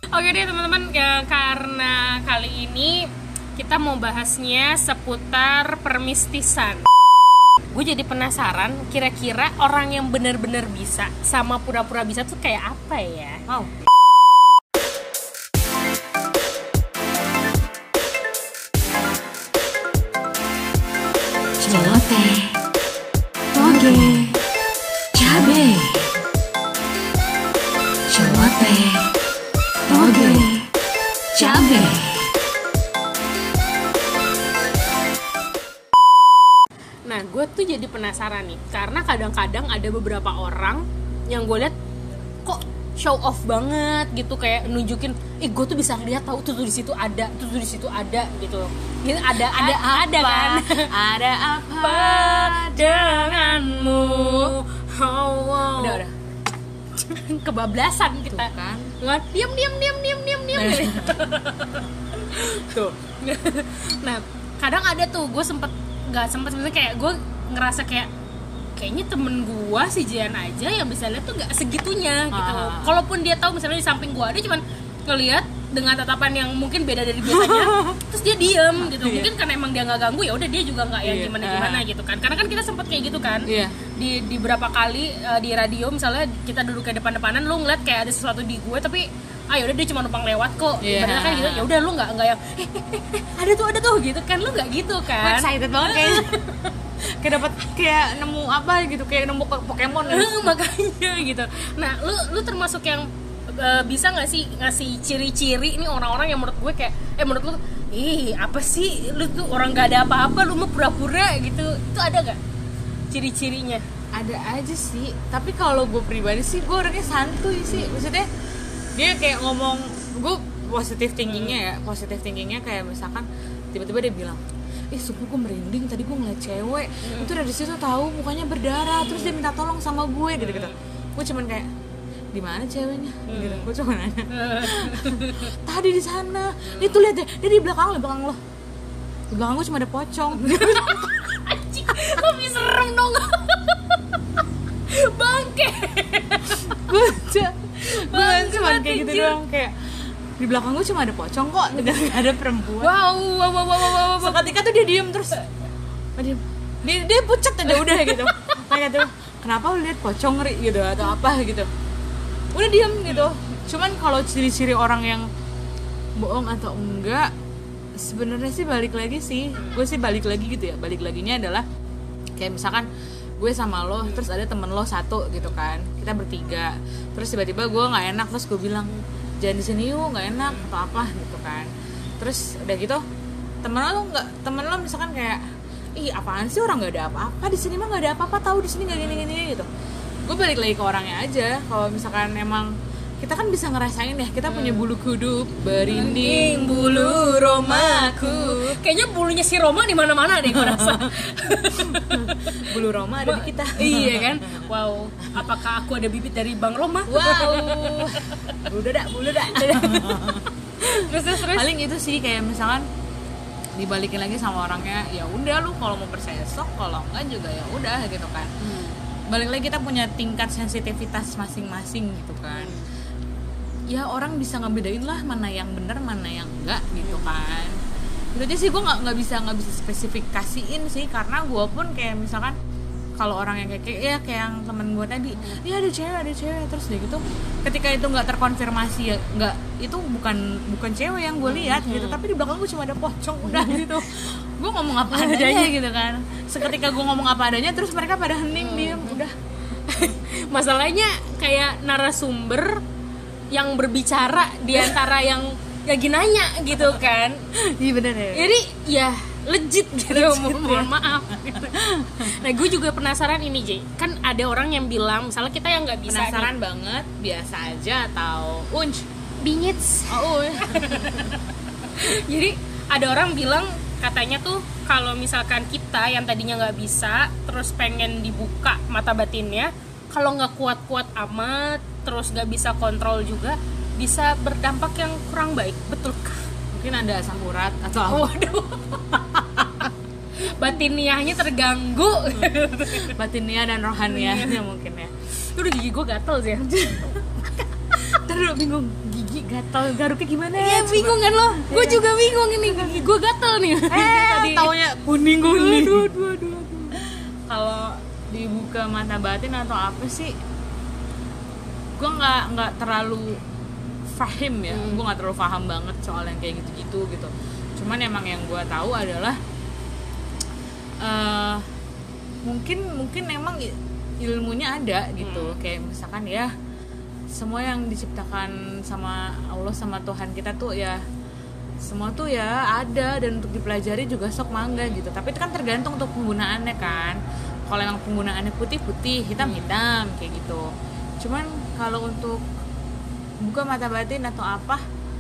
Oke deh teman-teman, ya, karena kali ini kita mau bahasnya seputar permistisan. Gue jadi penasaran, kira-kira orang yang benar-benar bisa sama pura-pura bisa tuh kayak apa ya? Wow. Celoteh, toge, cabe. Celoteh, toge, cabe. Nah, gue tuh jadi penasaran nih, karena kadang-kadang ada beberapa orang yang gue lihat kok show off banget gitu, kayak nunjukin, gue tuh bisa lihat tahu tuh di situ ada, tuh di situ ada gitu. Gitu ada kan? Ada apa denganmu? Oh. Udah. Kebablasan kita. Tuh kan? Nggak, diam. Tuh. Nah, kadang ada tuh gue nggak sempet sebenarnya, kayak gue ngerasa kayaknya temen gue si Jian aja yang bisa lihat tuh nggak segitunya gitu. Kalaupun dia tahu misalnya di samping gue ada, cuman ngelihat dengan tatapan yang mungkin beda dari biasanya, terus dia diem gitu. Mungkin karena emang dia nggak ganggu, ya udah dia juga nggak yang gimana gitu kan. Karena kan kita sempet kayak gitu kan. Di beberapa kali di radio misalnya kita duduk kayak depan-depanan, lu ngeliat kayak ada sesuatu di gue, tapi ya udah dia cuma numpang lewat kok. Padahal kan gitu, ya udah lu nggak yang ada tuh gitu kan, lu nggak gitu kan. Excited banget kayaknya. Kayak dapat kayak nemu apa gitu, kayak nemu Pokemon gitu. Makanya gitu. Nah, lu termasuk yang bisa nggak sih ngasih ciri-ciri ini orang-orang yang menurut gue kayak menurut lu apa sih lu tuh orang nggak ada apa-apa, lu mau pura-pura gitu, itu ada nggak ciri-cirinya? Ada aja sih, tapi kalau gue pribadi sih gue orangnya santuy sih. Maksudnya dia kayak ngomong, gue positive thinkingnya kayak misalkan tiba-tiba dia bilang, sumpah gue merinding tadi gue ngeliat cewek itu dari situ tahu mukanya berdarah, terus dia minta tolong sama gue gitu. Gue cuman kayak, di mana ceweknya gitu. Gue cuma nanya, tadi di sana, itu lihat deh, dia di belakang lo. Di belakang gue cuma ada pocong. Anjing, lebih serem dong. Bangke. Gue cuma kayak gitu doang, kayak di belakang gue cuma ada pocong kok, gak ada perempuan. Wow. Seketika tuh dia diem terus, dia pucat aja udah gitu. Kayak tuh, kenapa lu lihat pocong Ri gitu atau apa gitu, udah diem gitu. Cuman kalau ciri-ciri orang yang bohong atau enggak, sebenarnya sih balik lagi gitu ya. Balik laginya adalah kayak misalkan gue sama lo, terus ada temen lo satu gitu kan, kita bertiga, terus tiba-tiba gue nggak enak, terus gue bilang jangan di sini yuk, nggak enak atau apa gitu kan. Terus udah gitu temen lo misalkan kayak, apaan sih orang nggak ada apa-apa di sini, mah nggak ada apa-apa, tahu di sini nggak gini gitu. Gue balik lagi ke orangnya aja. Kalau misalkan emang kita kan bisa ngerasain ya, kita punya bulu kuduk berinding bulu Romaku. Kayaknya bulunya si Roma di mana-mana deh gue rasa. Bulu Roma ada di kita. Iya kan? Wow, apakah aku ada bibit dari Bang Roma? Wow. Bulu dah. Terus Paling itu sih, kayak misalkan dibalikin lagi sama orangnya, ya udah lu kalau mau percaya sok, kalau enggak juga ya udah gitu kan. Balik lagi kita punya tingkat sensitivitas masing-masing gitu kan. Ya orang bisa ngebedain lah mana yang benar mana yang enggak gitu kan. Itu aja sih, gue nggak bisa spesifikasiin sih, karena gue pun kayak misalkan kalau orang yang kayak yang temen gue tadi, ada cewek, terus deh gitu, ketika itu nggak terkonfirmasi, ya nggak, itu bukan cewek yang gue lihat gitu, tapi di belakang gue cuma ada pocong udah gitu. Gue ngomong apa adanya gitu kan. Seketika gue ngomong apa adanya, terus mereka pada hening diem udah. Masalahnya kayak narasumber yang berbicara di antara yang lagi nanya gitu kan. Iya bener ya. Jadi ya legit gitu, mohon maaf. Nah, gue juga penasaran ini, Jay. Kan ada orang yang bilang, misalnya kita yang nggak bisa penasaran nih, banget, biasa aja atau bingits. Oh. Jadi ada orang bilang katanya tuh kalau misalkan kita yang tadinya nggak bisa, terus pengen dibuka mata batinnya, kalau nggak kuat-kuat amat, terus nggak bisa kontrol juga, bisa berdampak yang kurang baik, betulkah? Mungkin ada asam urat atau apa. Waduh. Batiniahnya terganggu. Batiniah dan rohaniahnya mungkin ya. Udah gigi gue gatel sih. Terus bingung, gatal garuknya gimana? Iya bingung kan lo, gue juga bingung ini, gue gatel nih. Tadi Taunya kuning. Aduh. Kalau dibuka mata batin atau apa sih? Gue nggak terlalu fahim ya, gue nggak terlalu paham banget soal yang kayak gitu gitu. Cuman emang yang gue tahu adalah mungkin emang ilmunya ada gitu. Kayak misalkan ya semua yang diciptakan sama Allah sama Tuhan kita tuh ya semua tuh ya ada, dan untuk dipelajari juga sok mangga gitu. Tapi itu kan tergantung untuk penggunaannya kan. Kalau emang penggunaannya putih-putih, hitam-hitam kayak gitu. Cuman kalau untuk buka mata batin atau apa,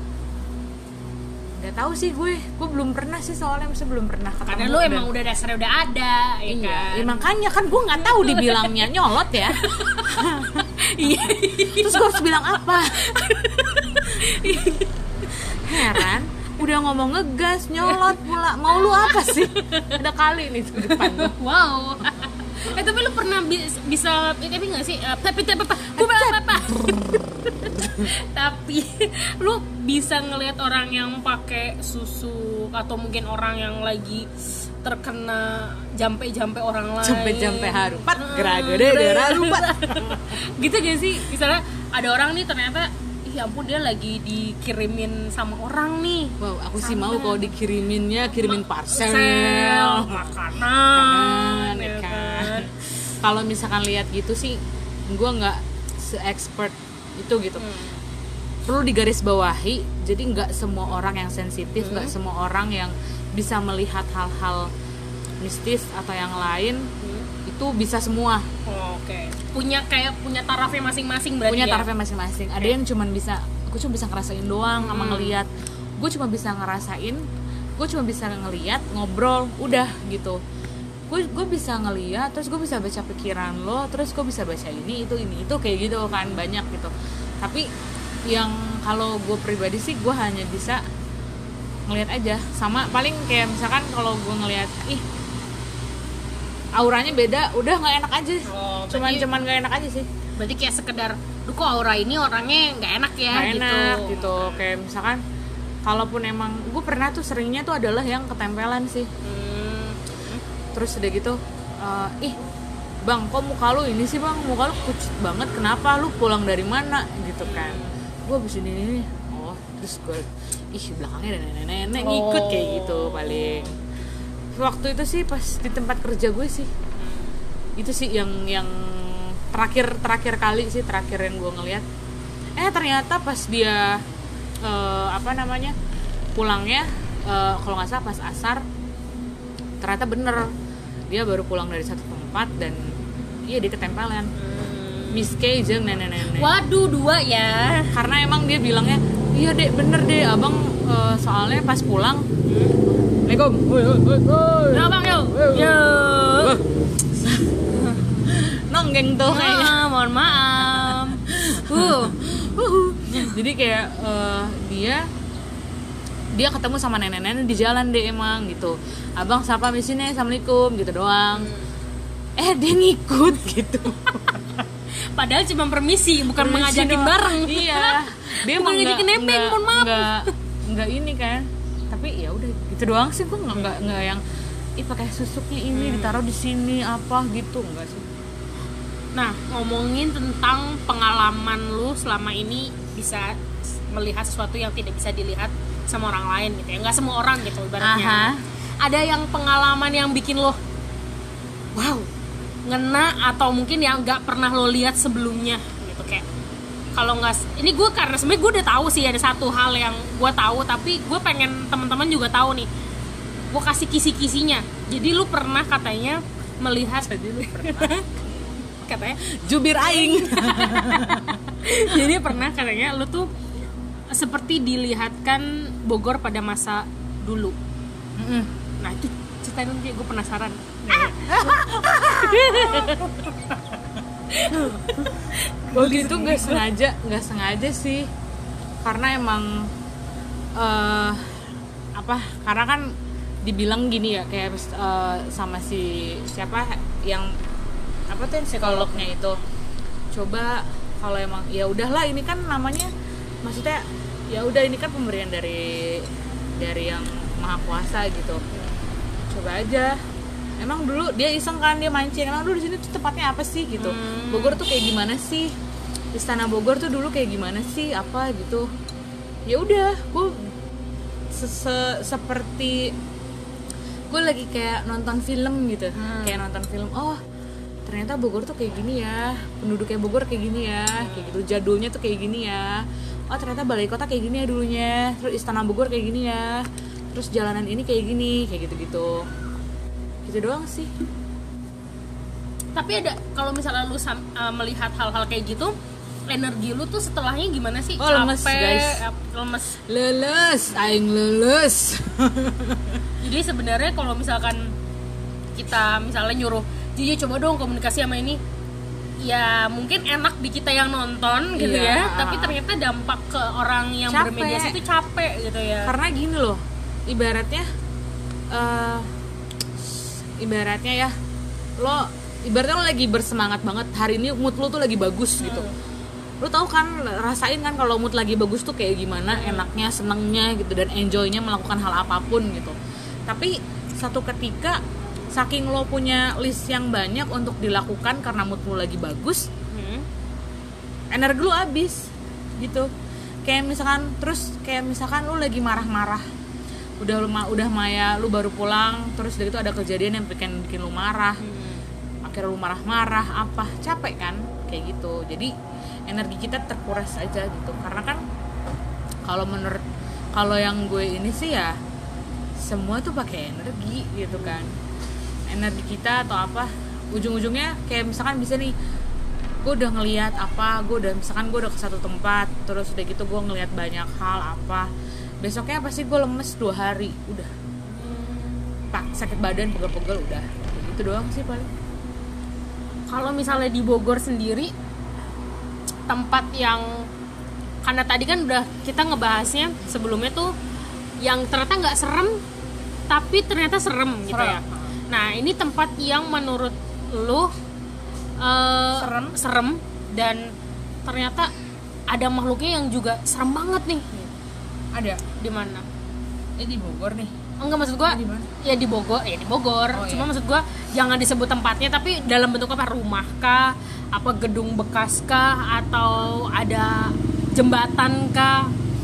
nggak tahu sih gue belum pernah sih, soalnya belum pernah ketemu. Karena lo emang udah dasarnya udah ada, ya iya, kan? ya makanya kan gue nggak tahu dibilangnya nyolot ya. Iya. Terus gue harus bilang apa? Heran, udah ngomong ngegas, nyolot pula. Mau lu apa sih? Ada kali nih di depan gue. Wow. Tapi lu pernah bisa tapi nggak sih? Tapi apa? Tapi lu bisa ngelihat orang yang pakai susu, atau mungkin orang yang lagi terkena jampe orang lain. Jampe harupat, geragede harupat. Gitu gak sih? Misalnya ada orang nih ternyata ya ampun dia lagi dikirimin sama orang nih. Wow, aku sih mau kalau dikirimin parcel, makanan ya ya kan. Kalau misalkan lihat gitu sih, gue nggak se-expert itu gitu. Perlu digarisbawahi, jadi nggak semua orang yang sensitif, nggak semua orang yang bisa melihat hal-hal mistis atau yang lain itu bisa semua. Oke. Punya tarafnya masing-masing berarti. Punya ya? tarafnya masing-masing. Ada yang aku cuma bisa ngerasain doang sama ngelihat. Gue cuma bisa ngerasain, gue cuma bisa ngelihat, ngobrol, udah gitu. Gue bisa ngelihat, terus gue bisa baca pikiran lo, terus gue bisa baca ini itu kayak gitu kan, banyak gitu. Tapi yang kalau gue pribadi sih gue hanya bisa ngelihat aja. Sama paling kayak misalkan kalau gue ngelihat auranya beda, udah nggak enak aja. Cuman nggak enak aja sih. Berarti kayak sekedar, kok aura ini orangnya nggak enak ya, gak enak gitu. Kayak misalkan kalaupun emang gue pernah tuh seringnya tuh adalah yang ketempelan sih. Terus udah gitu, bang, kok muka lu ini sih bang, muka lu pucat banget, kenapa, lu pulang dari mana gitu kan. Gue abis ini terus gue belakangnya ada nenek-nenek ngikut kayak gitu paling. Waktu itu sih pas di tempat kerja gue sih, itu sih yang terakhir kali sih, terakhir yang gue ngeliat. Ternyata pas dia pulangnya, kalau nggak salah pas asar, ternyata bener dia baru pulang dari satu tempat dan dia ketempelan. Miss K jeung nenek-nenek. Waduh, 2 ya. Karena emang dia bilangnya, iya dek, bener deh abang, soalnya pas pulang. Assalamualaikum. Nah bang, yo. Nonggeng tuh kayaknya. Mohon maaf. Jadi kayak dia ketemu sama nenek-nenek di jalan deh emang gitu. Abang sapa di sini, assalamualaikum gitu doang. Dia ngikut gitu. Padahal cuma permisi, bukan mengajakin bareng. Iya. Dia bukan ngajakin nebeng, mohon maaf. Enggak ini kan. Tapi ya udah gitu doang sih, gue enggak yang pakai susuknya ini ditaruh di sini apa gitu, enggak sih. Nah, ngomongin tentang pengalaman lu selama ini bisa melihat sesuatu yang tidak bisa dilihat sama orang lain gitu ya. Enggak semua orang gitu ibaratnya. Ada yang pengalaman yang bikin lo wow, ngena, atau mungkin yang nggak pernah lo lihat sebelumnya gitu. Kayak kalau nggak, ini gue karena sebenarnya gue udah tahu sih ada satu hal yang gue tahu, tapi gue pengen teman-teman juga tahu nih. Gue kasih kisi-kisinya. Jadi lu pernah katanya melihat, katanya jubir aing. Jadi pernah katanya lu tuh seperti dilihatkan Bogor pada masa dulu. Nah itu ceritain nanti, gue penasaran. Itu nggak sengaja sih, karena emang karena kan dibilang gini ya, kayak sama si siapa yang psikolognya itu, coba kalau emang ya udahlah, ini kan namanya maksudnya ya udah ini kan pemberian dari yang maha kuasa gitu, coba aja. Emang dulu dia iseng kan, dia mancing, emang dulu di sini tuh tempatnya apa sih gitu, Bogor tuh kayak gimana sih, Istana Bogor tuh dulu kayak gimana sih, apa gitu. Ya udah, gue seperti gue lagi kayak nonton film gitu, kayak nonton film. Oh ternyata Bogor tuh kayak gini ya, penduduknya Bogor kayak gini ya, kayak gitu, jadulnya tuh kayak gini ya. Oh ternyata balai kota kayak gini ya dulunya, terus Istana Bogor kayak gini ya, terus jalanan ini kayak gini, kayak gitu-gitu. Gitu doang sih. Tapi ada, kalau misalnya lu melihat hal-hal kayak gitu, energi lu tuh setelahnya gimana sih? Oh, lemes, guys. Lemes. Leles, aing leles. Jadi sebenarnya kalau misalkan kita misalnya nyuruh, Ji coba dong komunikasi sama ini, ya mungkin enak di kita yang nonton gitu ya, tapi ternyata dampak ke orang yang capek. bermediasi itu capek gitu ya. Karena gini loh, ibaratnya ya, ibaratnya lo lagi bersemangat banget hari ini, mood lo tuh lagi bagus gitu. Lo tau kan, rasain kan kalau mood lagi bagus tuh kayak gimana, enaknya, senengnya gitu, dan enjoynya melakukan hal apapun gitu. Tapi satu ketika saking lo punya list yang banyak untuk dilakukan karena mood lo lagi bagus, energi lo habis gitu. Kayak misalkan lo lagi marah-marah, udah Maya, lu baru pulang, terus dari itu ada kejadian yang bikin lu marah, akhirnya lu marah-marah, apa, capek kan, kayak gitu. Jadi energi kita terkuras aja gitu. Karena kan kalau yang gue ini sih ya, semua tuh pakai energi gitu kan, energi kita atau apa, ujung-ujungnya kayak misalkan bisa nih, gue udah ngelihat apa, gue udah ke satu tempat, terus udah gitu gue ngelihat banyak hal apa, besoknya pasti gue lemes 2 hari, udah sakit badan, pegel-pegel, udah gitu doang sih paling. Kalau misalnya di Bogor sendiri, tempat yang, karena tadi kan udah kita ngebahasnya sebelumnya tuh yang ternyata nggak serem tapi ternyata serem gitu ya. Nah ini tempat yang menurut lu serem dan ternyata ada makhluknya yang juga serem banget nih. Ada di mana? Di Bogor nih. Enggak, maksud gua ya di Bogor, Oh, cuma iya. maksud gua jangan disebut tempatnya, tapi dalam bentuk apa, rumah kah, apa gedung bekas kah, atau ada jembatan kah?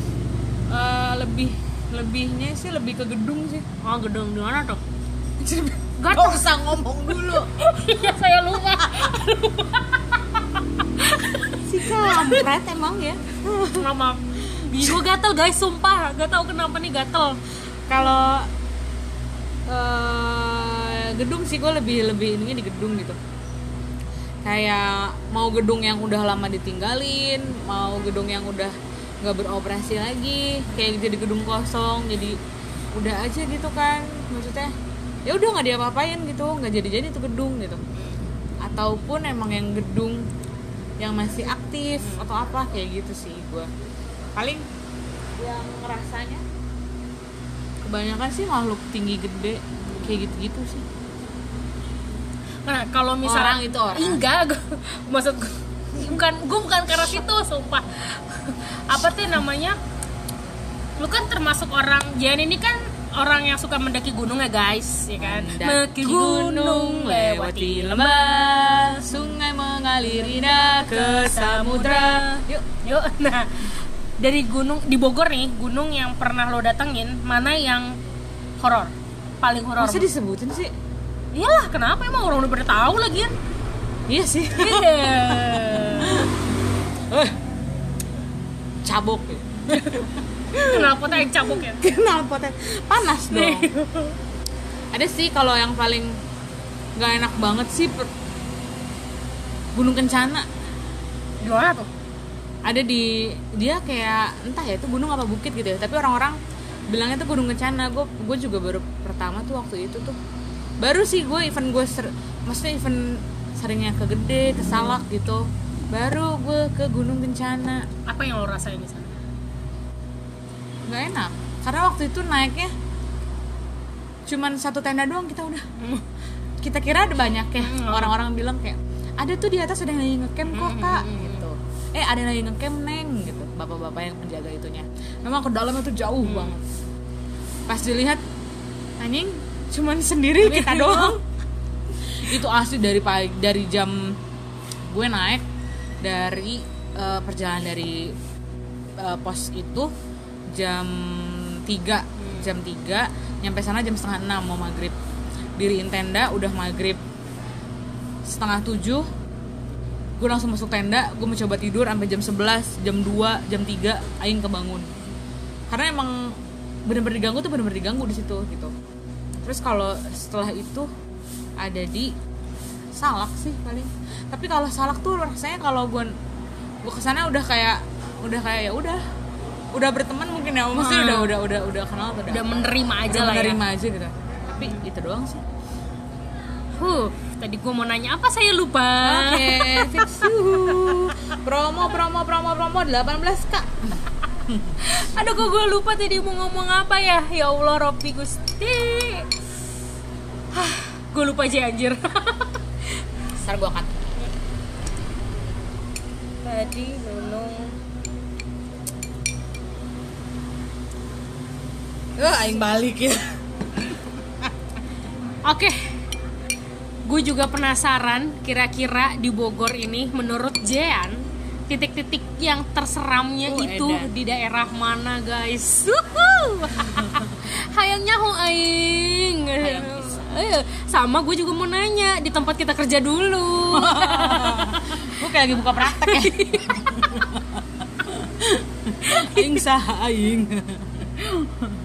Lebihnya sih lebih ke gedung sih. Oh, gedung di mana tuh? Gak usah ngomong dulu. Iya, saya lupa. Si kampret emang ya. Maaf. Gue gatel guys, sumpah, gak tahu kenapa nih gatel. Kalau gedung sih gue lebih ininya di gedung gitu. Kayak mau gedung yang udah lama ditinggalin, mau gedung yang udah nggak beroperasi lagi, kayak jadi gedung kosong, jadi udah aja gitu kan, maksudnya ya udah nggak diapa-apain gitu, nggak jadi itu gedung gitu. Ataupun emang yang gedung yang masih aktif atau apa, kayak gitu sih gue. Paling yang ngerasanya kebanyakan sih makhluk tinggi gede kayak gitu sih. Nah, kalau misalnya Orang itu orang. Enggak, maksud gue bukan karena situ, sumpah. Apa tuh namanya? Lu kan termasuk orang, Jan ini kan orang yang suka mendaki gunung ya guys, ya kan? Mendaki gunung, lewati lembah, sungai mengalir indah ke samudra. Yuk. Nah, dari gunung di Bogor nih, gunung yang pernah lo datengin, mana yang horor? Paling horor? Masa disebutin sih? Iyalah, kenapa emang orang udah pada tahu lagian? Iya sih. Cabok ya. Kenapa teh cabuk ya? Kenapa teh? Panas dong. Ada sih kalau yang paling nggak enak banget sih Gunung Kencana. Di mana tuh? Ada dia kayak entah ya itu gunung apa bukit gitu ya, tapi orang-orang bilangnya tuh Gunung Kencana. Gue juga baru pertama tuh waktu itu tuh, baru sih maksudnya event seringnya ke Gede, ke Salak gitu, baru gue ke Gunung Kencana. Apa yang lo rasain di sana? Nggak enak karena waktu itu naiknya cuman 1 tenda doang, kita udah kita kira ada banyak ya. Orang-orang bilang kayak ada tuh di atas ada yang lagi ngecamp kok kak gitu, ada yang lagi ngecamp neng gitu. bapak-bapak yang penjaga itunya. Memang ke dalamnya tuh jauh banget. Pas dilihat anjing cuman sendiri kita doang. Itu asli dari jam gue naik dari perjalanan dari pos itu jam 3 nyampe sana jam 5:30 mau maghrib, diriin tenda udah maghrib 6:30 gue langsung masuk tenda, gue mencoba tidur sampai jam 11, jam 2, jam 3 aing kebangun karena emang bener-bener diganggu di situ gitu. Terus kalau setelah itu ada di Salak sih paling. Tapi kalau Salak tuh rasanya kalau gue kesana udah kayak ya udah berteman mungkin ya, maksudnya udah kenal atau udah menerima aja lah menerima aja gitu. Tapi itu doang sih. Tadi gue mau nanya apa saya lupa. Oke, fix you. Promo 18 Kak. Aduh kok gue lupa tadi mau ngomong apa ya. Ya Allah Robbi Gusti. Gue lupa aja anjir. Ntar gue akan tadi Nunung. aing balik ya. Oke. Gue juga penasaran kira-kira di Bogor ini menurut Jean titik-titik yang terseramnya itu edan. di daerah mana guys? Hayang nyaho aing. Sama gue juga mau nanya di tempat kita kerja dulu. Gue kayak lagi buka praktek ya. Aing saha aing.